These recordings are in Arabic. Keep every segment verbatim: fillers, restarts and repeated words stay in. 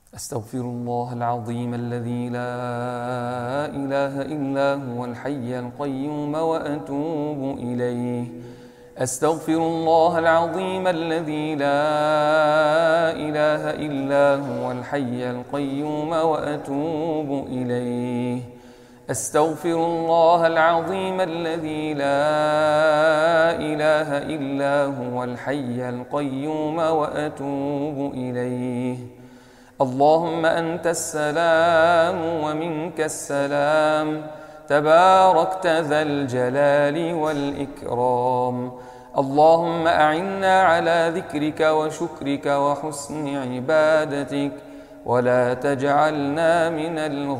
أستغفر الله العظيم الذي لا إله إلا هو الحي القيوم وأتوب إليه. أستغفر الله العظيم الذي لا إله إلا هو الحي القيوم وأتوب إليه. أستغفر الله العظيم الذي لا إله إلا هو الحي القيوم وأتوب إليه. اللهم أنت السلام ومنك السلام، تباركت ذا الجلال والإكرام. اللهم أعنا على ذكرك وشكرك وحسن عبادتك، ولا تجعلنا من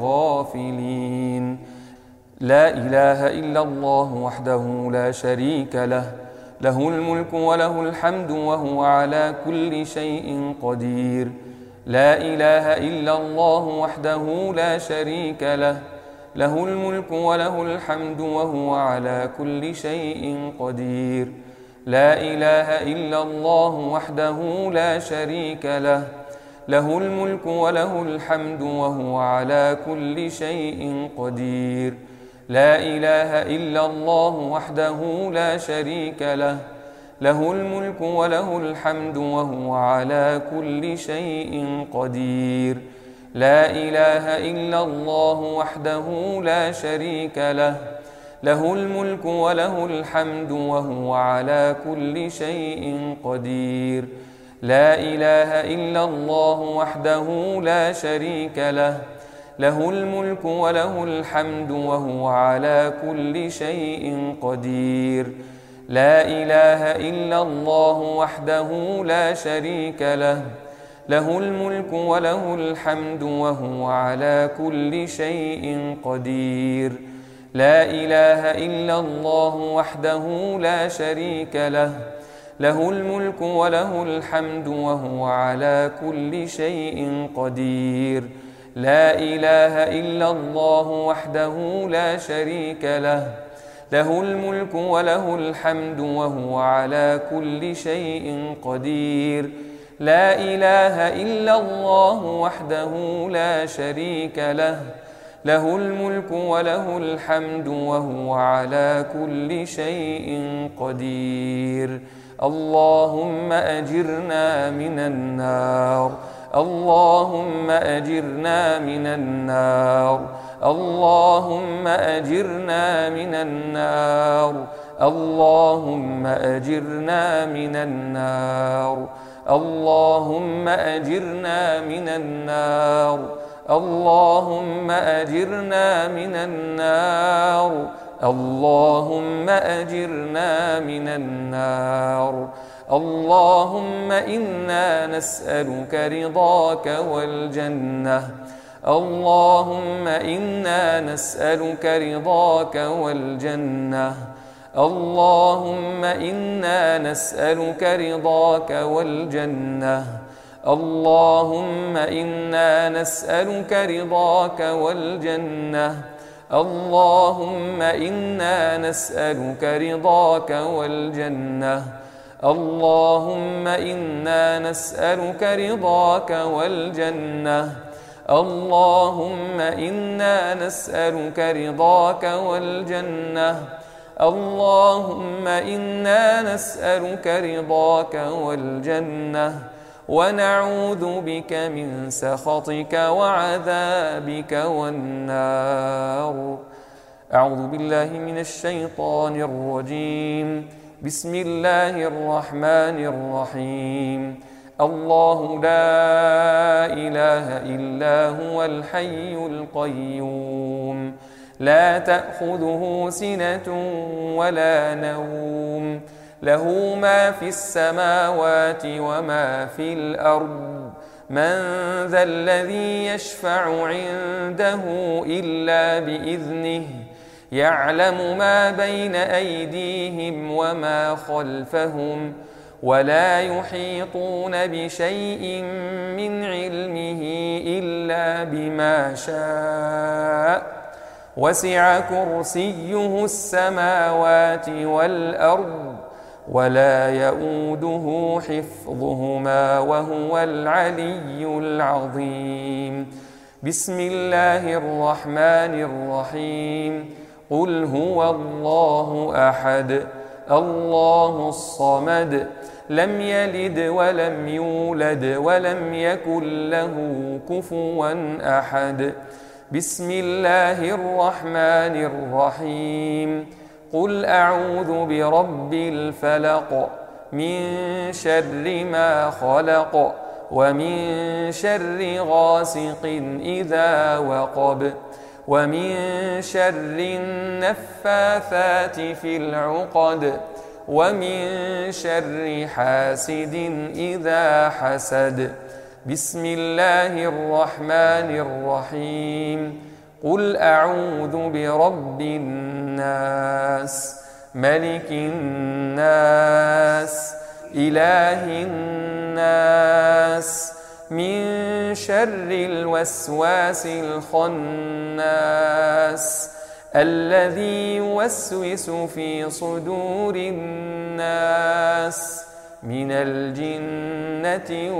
الغافلين. لا إله إلا الله وحده لا شريك له، له الملك وله الحمد وهو على كل شيء قدير. لا إله إلا الله وحده لا شريك له، له الملك وله الحمد وهو على كل شيء قدير. لا إله إلا الله وحده لا شريك له، له الملك وله الحمد وهو على كل شيء قدير. لا إله إلا الله وحده لا شريك له، له الملك وله الحمد وهو على كل شيء قدير. لا إله إلا الله وحده لا شريك له، له الملك وله الحمد وهو على كل شيء قدير. لا إله إلا الله وحده لا شريك له، له الملك وله الحمد وهو على كل شيء قدير. لا إله إلا الله وحده لا شريك له، له الملك وله الحمد وهو على كل شيء قدير. لا إله إلا الله وحده لا شريك له، له الملك وله الحمد وهو على كل شيء قدير. لا إله إلا الله وحده لا شريك له، له الملك وله الحمد وهو على كل شيء قدير. لا إله إلا الله وحده لا شريك له، له الملك وله الحمد وهو على كل شيء قدير. اللهم أجرنا من النار، اللهم أجرنا من النار، اللهم أجرنا من النار، اللهم أجرنا من النار، اللهم أجرنا من النار، اللهم أجرنا من النار، اللهم أجرنا من النار. اللهم إنا نسألك رضاك والجنة، اللهم إنا نسألك رضاك والجنة، اللهم إنا نسألك رضاك والجنة، اللهم إنا نسألك رضاك والجنة، اللهم إنا نسألك رضاك والجنة، اللهم إنا نسألك رضاك والجنة، اللهم إنا نسألك رضاك والجنة، اللهم إنا نسألك رضاك والجنة، ونعوذ بك من سخطك وعذابك والنار. أعوذ بالله من الشيطان الرجيم. بسم الله الرحمن الرحيم. الله لا إله إلا هو الحي القيوم، لا تأخذه سنة ولا نوم، له ما في السماوات وما في الأرض. من ذا الذي يشفع عنده إلا بإذنه، يعلم ما بين أيديهم وما خلفهم، ولا يحيطون بشيء من علمه إلا بما شاء، وسع كرسيه السماوات والأرض، ولا يؤوده حفظهما وهو العلي العظيم. بسم الله الرحمن الرحيم. قل هو الله أحد الله الصمد لم يلد ولم يولد ولم يكن له كفوا أحد. بسم الله الرحمن الرحيم. قل أعوذ برب الفلق من شر ما خلق ومن شر غاسق إذا وقب ومن شر النفاثات في العقد ومن شر حاسد إذا حسد. بسم الله الرحمن الرحيم. قل أعوذ برب الناس ملك الناس إله الناس من شر الوسواس الخناس الذي يوسوس في صدور الناس من الجنة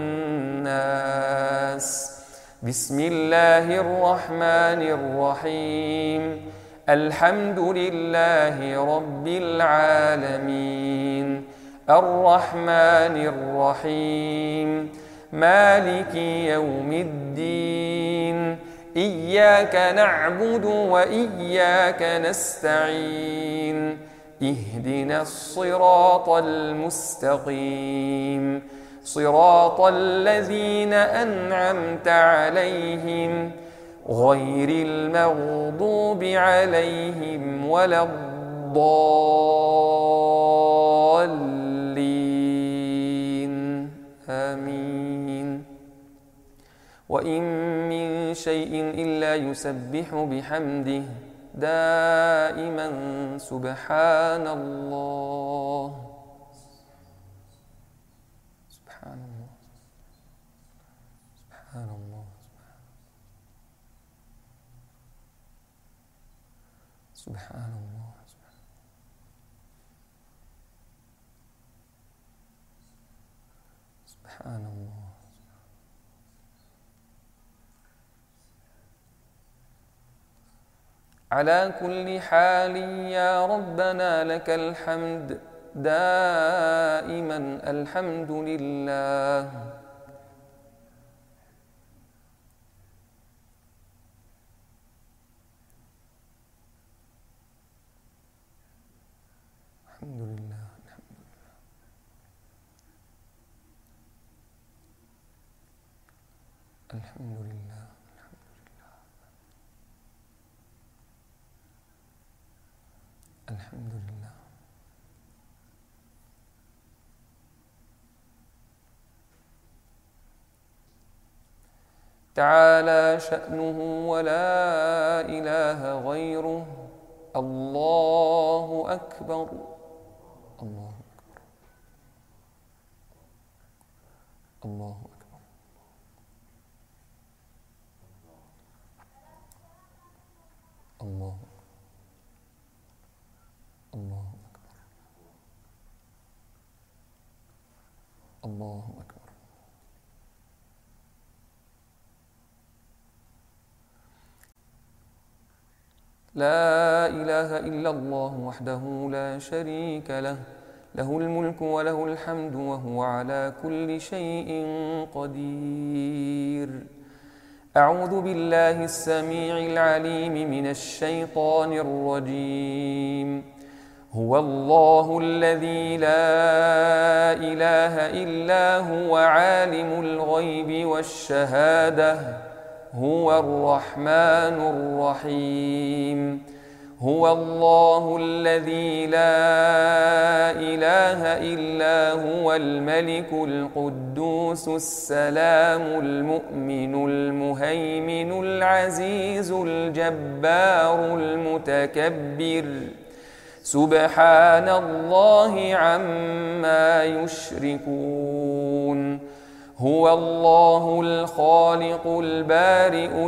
والناس. بسم الله الرحمن الرحيم. الحمد لله رب العالمين الرحمن الرحيم مالك يوم الدين إياك نعبد وإياك نستعين اهدنا الصراط المستقيم صراط الذين أنعمت عليهم غير المغضوب عليهم ولا الضالين آمين. وإن من شيء إلا يسبح بحمده دائما سبحان الله سبحان الله سبحان الله سبحان الله سبحان الله. على كل حال يا ربنا لك الحمد دائما الحمد لله. الحمد لله الحمد لله الحمد لله الحمد لله. تعالى شأنه ولا إله غيره. الله أكبر الله أكبر الله أكبر الله الله أكبر الله أكبر. لا إله إلا الله وحده لا شريك له له الملك وله الحمد وهو على كل شيء قدير. أعوذ بالله السميع العليم من الشيطان الرجيم. هو الله الذي لا إله إلا هو عالم الغيب والشهادة هو الرحمن الرحيم. هو الله الذي لا إله إلا هو الملك القدوس السلام المؤمن المهيمن العزيز الجبار المتكبر سبحان الله عما يشركون. هو الله الخالق البارئ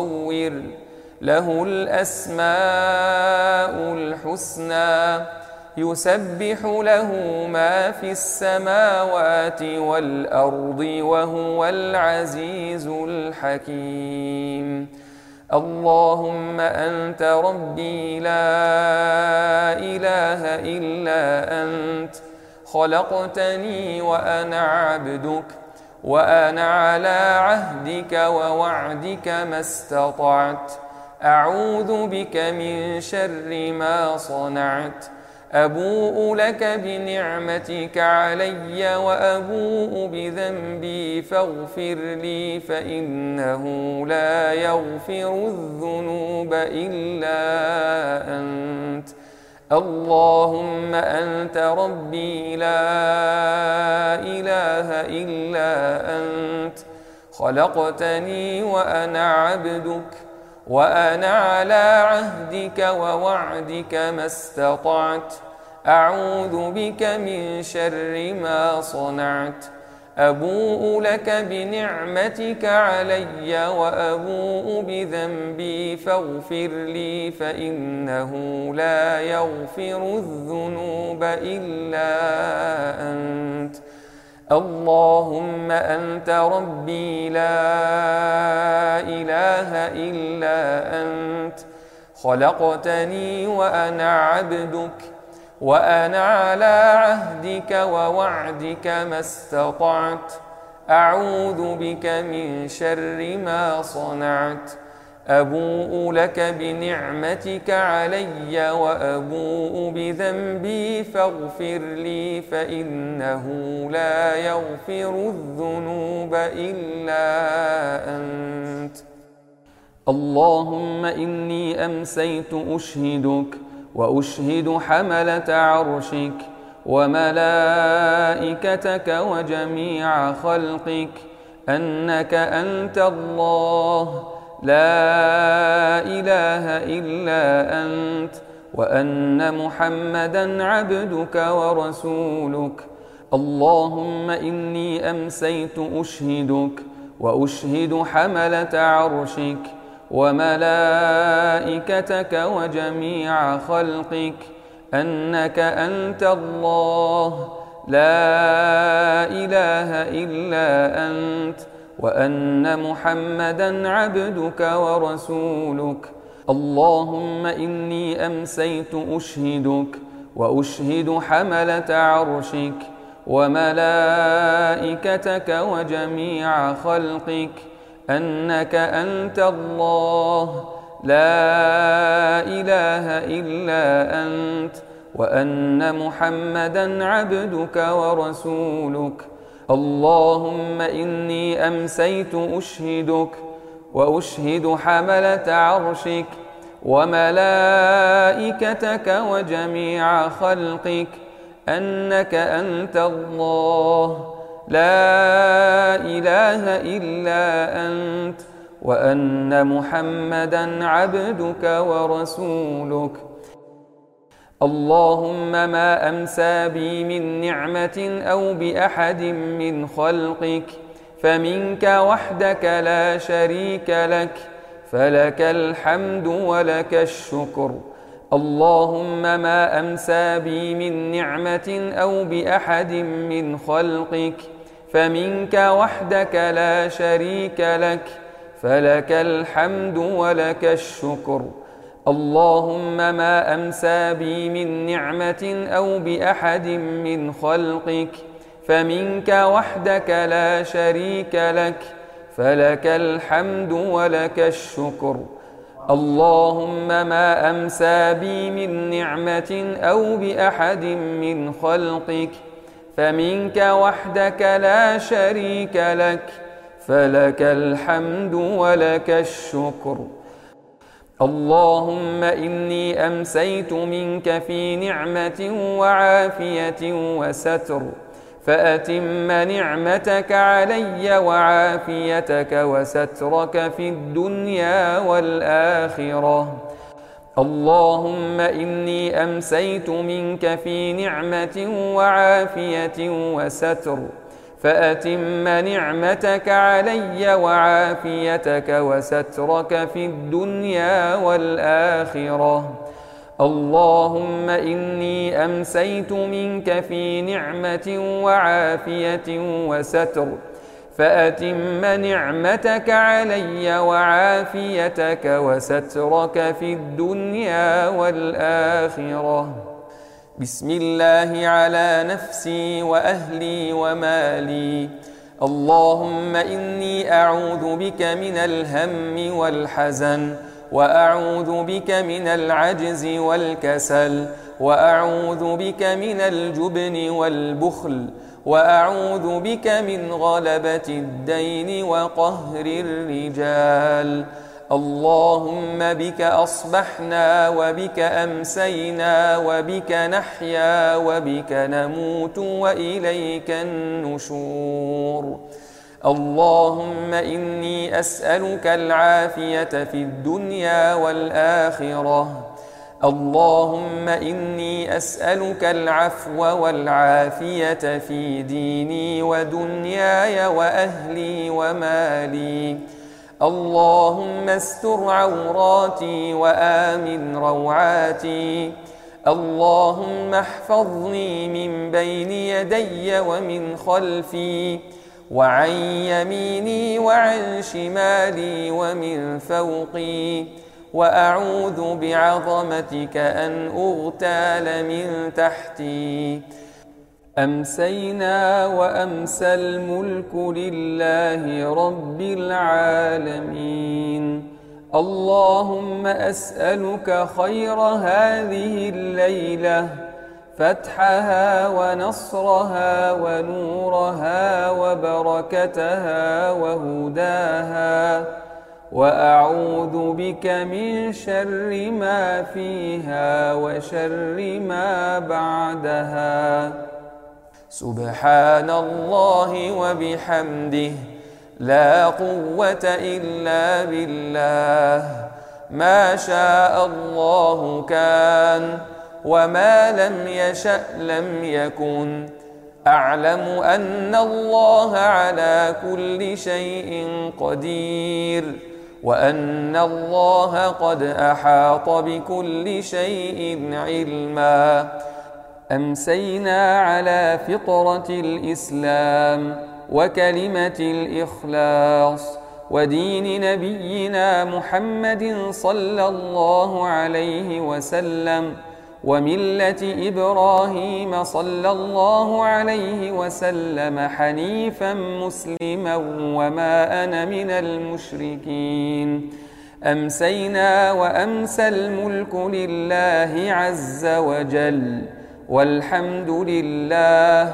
المصور له الأسماء الحسنى يسبح له ما في السماوات والأرض وهو العزيز الحكيم. اللهم أنت ربي لا إله إلا أنت، خلقتني وأنا عبدك، وأنا على عهدك ووعدك ما استطعت، أعوذ بك من شر ما صنعت، أبوء لك بنعمتك علي وأبوء بذنبي فاغفر لي، فإنه لا يغفر الذنوب إلا أنت. اللهم أنت ربي لا إله إلا أنت، خلقتني وأنا عبدك، وأنا على عهدك ووعدك ما استطعت، أعوذ بك من شر ما صنعت، أبوء لك بنعمتك علي وأبوء بذنبي فاغفر لي، فإنه لا يغفر الذنوب إلا أنت. اللهم أنت ربي لا إله إلا أنت، خلقتني وأنا عبدك، وأنا على عهدك ووعدك ما استطعت، أعوذ بك من شر ما صنعت، أبوء لك بنعمتك علي وأبوء بذنبي فاغفر لي، فإنه لا يغفر الذنوب إلا أنت. اللهم إني أمسيت أشهدك وأشهد حملة عرشك وملائكتك وجميع خلقك أنك أنت الله لا إله إلا أنت، وأن محمدًا عبدك ورسولك. اللهم إني أمسيت أشهدك وأشهد حملة عرشك وملائكتك وجميع خلقك أنك أنت الله لا إله إلا أنت، وأن محمدًا عبدك ورسولك. اللهم إني أمسيت أشهدك وأشهد حملة عرشك وملائكتك وجميع خلقك أنك أنت الله لا إله إلا أنت، وأن محمدًا عبدك ورسولك. اللهم إني أمسيت أشهدك وأشهد حملة عرشك وملائكتك وجميع خلقك أنك أنت الله لا إله إلا أنت، وأن محمدًا عبدك ورسولك. اللهم ما أمسى بي من نعمة أو بأحد من خلقك فمنك وحدك لا شريك لك، فلك الحمد ولك الشكر. اللهم ما أمسى بي من نعمة أو بأحد من خلقك فمنك وحدك لا شريك لك، فلك الحمد ولك الشكر. اللهم ما أمسى بي من نعمة أو بأحد من خلقك فمنك وحدك لا شريك لك، فلك الحمد ولك الشكر. اللهم ما أمسى بي من نعمة أو بأحد من خلقك فمنك وحدك لا شريك لك، فلك الحمد ولك الشكر. اللهم إني أمسيت منك في نعمة وعافية وستر، فأتم نعمتك علي وعافيتك وسترك في الدنيا والآخرة. اللهم إني أمسيت منك في نعمة وعافية وستر، فأتم نعمتك علي وعافيتك وسترك في الدنيا والآخرة. اللهم إني أمسيت منك في نعمة وعافية وستر، فأتم نعمتك علي وعافيتك وسترك في الدنيا والآخرة. بسم الله على نفسي وأهلي ومالي. اللهم إني أعوذ بك من الهم والحزن، وأعوذ بك من العجز والكسل، وأعوذ بك من الجبن والبخل، وأعوذ بك من غلبة الدين وقهر الرجال. اللهم بك أصبحنا وبك أمسينا وبك نحيا وبك نموت وإليك النشور. اللهم إني أسألك العافية في الدنيا والآخرة. اللهم إني أسألك العفو والعافية في ديني ودنياي وأهلي ومالي. اللهم استر عوراتي وآمن روعاتي. اللهم احفظني من بين يدي ومن خلفي وعن يميني وعن شمالي ومن فوقي، وأعوذ بعظمتك أن أغتال من تحتي. أمسينا وأمسى الملك لله رب العالمين. اللهم أسألك خير هذه الليلة، فتحها ونصرها ونورها وبركتها وهداها، وأعوذ بك من شر ما فيها وشر ما بعدها. سبحان الله وبحمده، لا قوة إلا بالله. ما شاء الله كان، وما لم يشأ لم يكن. أعلم أن الله على كل شيء قدير، وأن الله قد أحاط بكل شيء علما. أمسينا على فطرة الإسلام وكلمة الإخلاص ودين نبينا محمد صلى الله عليه وسلم، وملة إبراهيم صلى الله عليه وسلم حنيفا مسلما وما أنا من المشركين. أمسينا وأمسى الملك لله عز وجل، والحمد لله،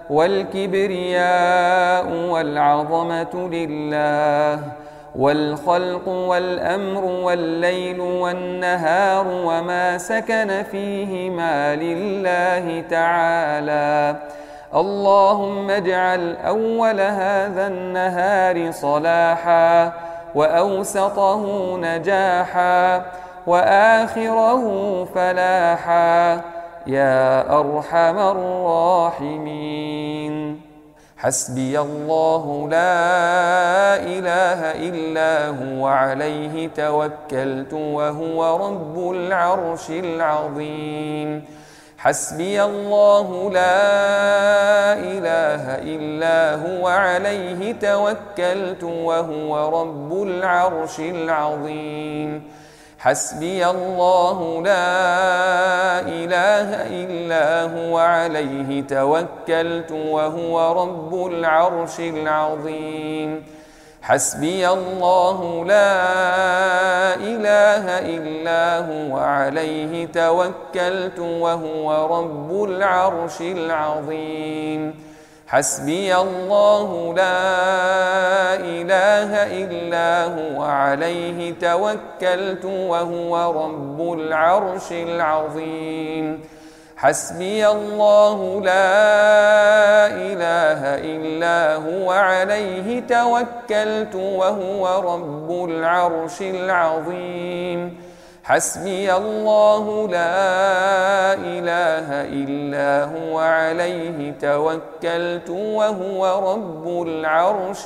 والكبرياء والعظمة لله، والخلق والأمر والليل والنهار وما سكن فيهما لله تعالى. اللهم اجعل أول هذا النهار صلاحا، وأوسطه نجاحا، وآخره فلاحا، يا أرحم الراحمين. حسبي الله لا إله إلا هو عليه توكلت وهو رب العرش العظيم. حسبي الله لا إله إلا هو عليه توكلت وهو رب العرش العظيم. حسبي الله لا إله إلا هو عليه توكلت وهو رب العرش العظيم. حسبي الله لا إله إلا هو عليه توكلت وهو رب العرش العظيم. حسبي الله لا إله إلا هو عليه توكلت وهو رب العرش العظيم. حسبي الله لا إله إلا هو عليه توكلت وهو رب العرش العظيم. حسبي الله لا إله إلا هو عليه توكلت وهو رب العرش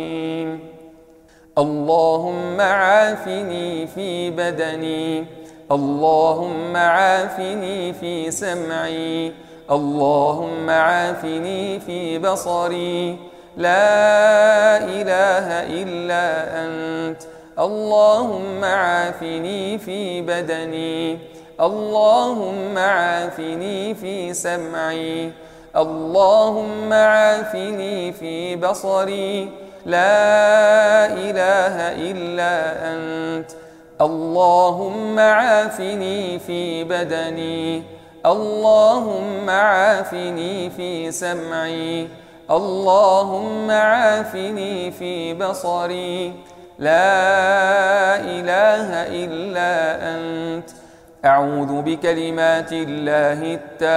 العظيم. اللهم عافني في بدني، اللهم عافني في سمعي، اللهم عافني في بصري، لا إله إلا أنت. اللهم عافني في بدني، اللهم عافني في سمعي، اللهم عافني في بصري، لا إله إلا أنت. اللهم عافني في بدني، اللهم عافني في سمعي، اللهم عافني في بصري، لا إله إلا أنت. أعوذ بكلمات الله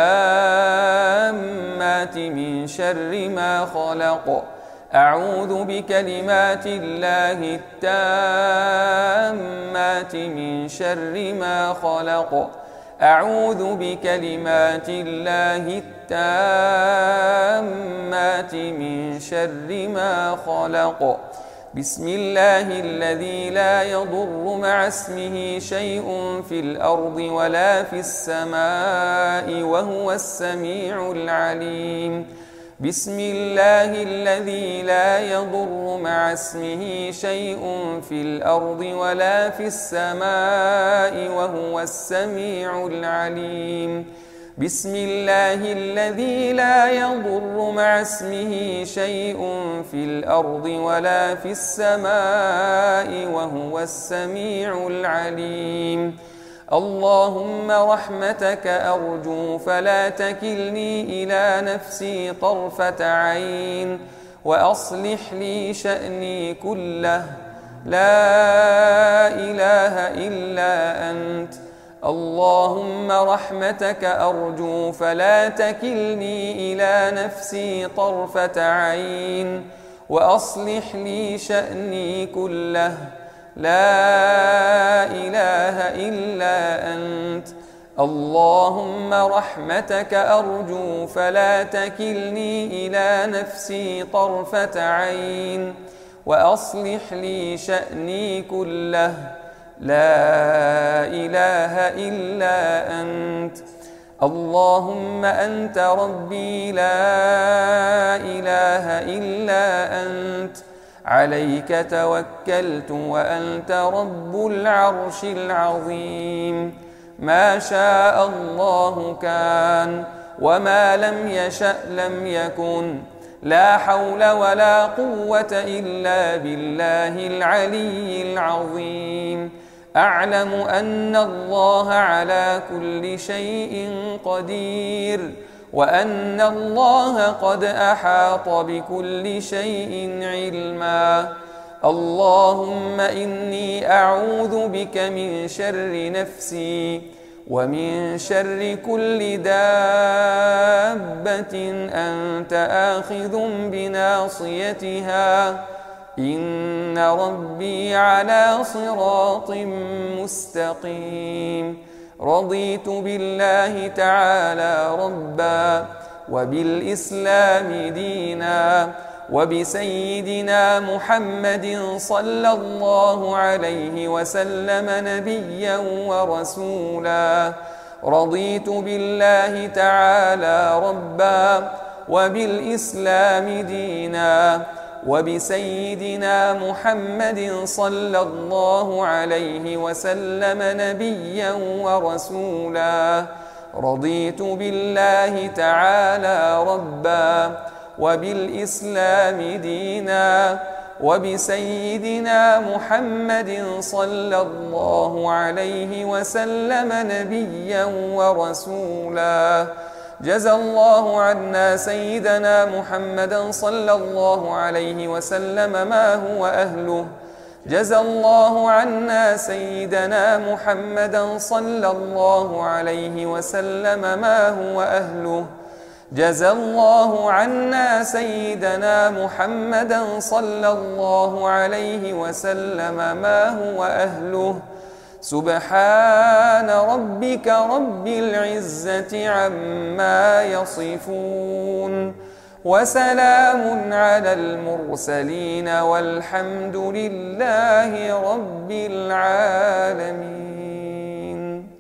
التامات من شر ما خلق، أعوذ بكلمات الله التامات من شر ما خلق، أعوذ بكلمات الله التامات من شر ما خلق. بسم الله الذي لا يضر مع اسمه شيء في الأرض ولا في السماء وهو السميع العليم. بسم الله الذي لا يضر مع اسمه شيء في الأرض ولا في السماء وهو السميع العليم. بسم الله الذي لا يضر مع اسمه شيء في الأرض ولا في السماء وهو السميع العليم. اللهم رحمتك أرجو فلا تكلني إلى نفسي طرفة عين، وأصلح لي شأني كله، لا إله إلا أنت. اللهم رحمتك أرجو فلا تكلني إلى نفسي طرفة عين، وأصلح لي شأني كله، لا إله إلا أنت. اللهم رحمتك أرجو فلا تكلني إلى نفسي طرفة عين، وأصلح لي شأني كله، لا إله إلا أنت. اللهم أنت ربي لا إله إلا أنت، عليك توكلت وأنت رب العرش العظيم. ما شاء الله كان، وما لم يشأ لم يكن، لا حول ولا قوة إلا بالله العلي العظيم. أعلم أن الله على كل شيء قدير، وأن الله قد أحاط بكل شيء علما. اللهم إني أعوذ بك من شر نفسي، ومن شر كل دابة أنت آخذ بناصيتها، إن ربي على صراط مستقيم. رضيت بالله تعالى ربا، وبالإسلام دينا، وبسيدنا محمد صلى الله عليه وسلم نبيا ورسولا. رضيت بالله تعالى ربا، وبالإسلام دينا، وبسيدنا محمد صلى الله عليه وسلم نبيا ورسولا. رضيت بالله تعالى ربا، وبالإسلام دينا، وبسيدنا محمد صلى الله عليه وسلم نبيا ورسولا. جزى الله عنا سيدنا محمدا صلى الله عليه وسلم ما هو أهله. جزى الله عنا سيدنا محمدا صلى الله عليه وسلم ما هو أهله. جزى الله عنا سيدنا محمدا صلى الله عليه وسلم ما هو أهله. سبحان ربك رب العزة عما يصفون، وسلام على المرسلين، والحمد لله رب العالمين.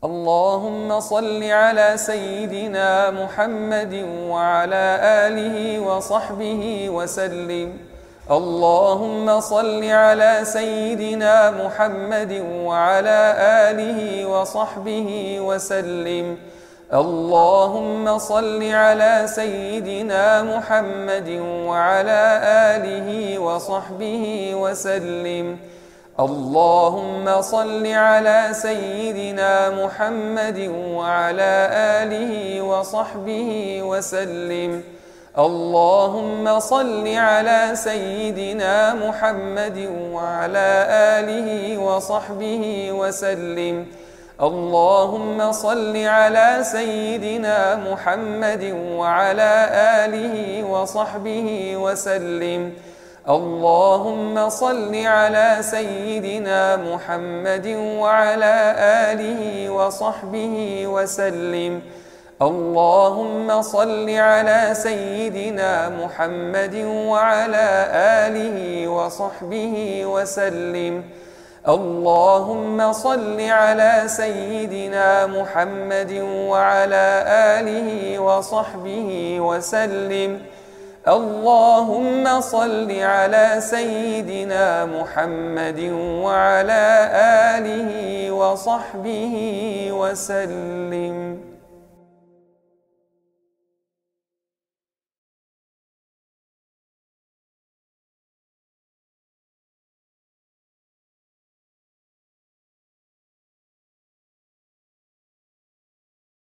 اللهم صل على سيدنا محمد وعلى آله وصحبه وسلم. اللهم صل على سيدنا محمد وعلى آله وصحبه وسلم. اللهم صل على سيدنا محمد وعلى آله وصحبه وسلم. اللهم صل على سيدنا محمد وعلى آله وصحبه وسلم. اللهم صل على سيدنا محمد وعلى آله وصحبه وسلم. اللهم صل على سيدنا محمد وعلى آله وصحبه وسلم. اللهم صل على سيدنا محمد وعلى آله وصحبه وسلم. اللهم صل على سيدنا محمد وعلى آله وصحبه وسلم. اللهم صل على سيدنا محمد وعلى آله وصحبه وسلم. اللهم صل على سيدنا محمد وعلى آله وصحبه وسلم.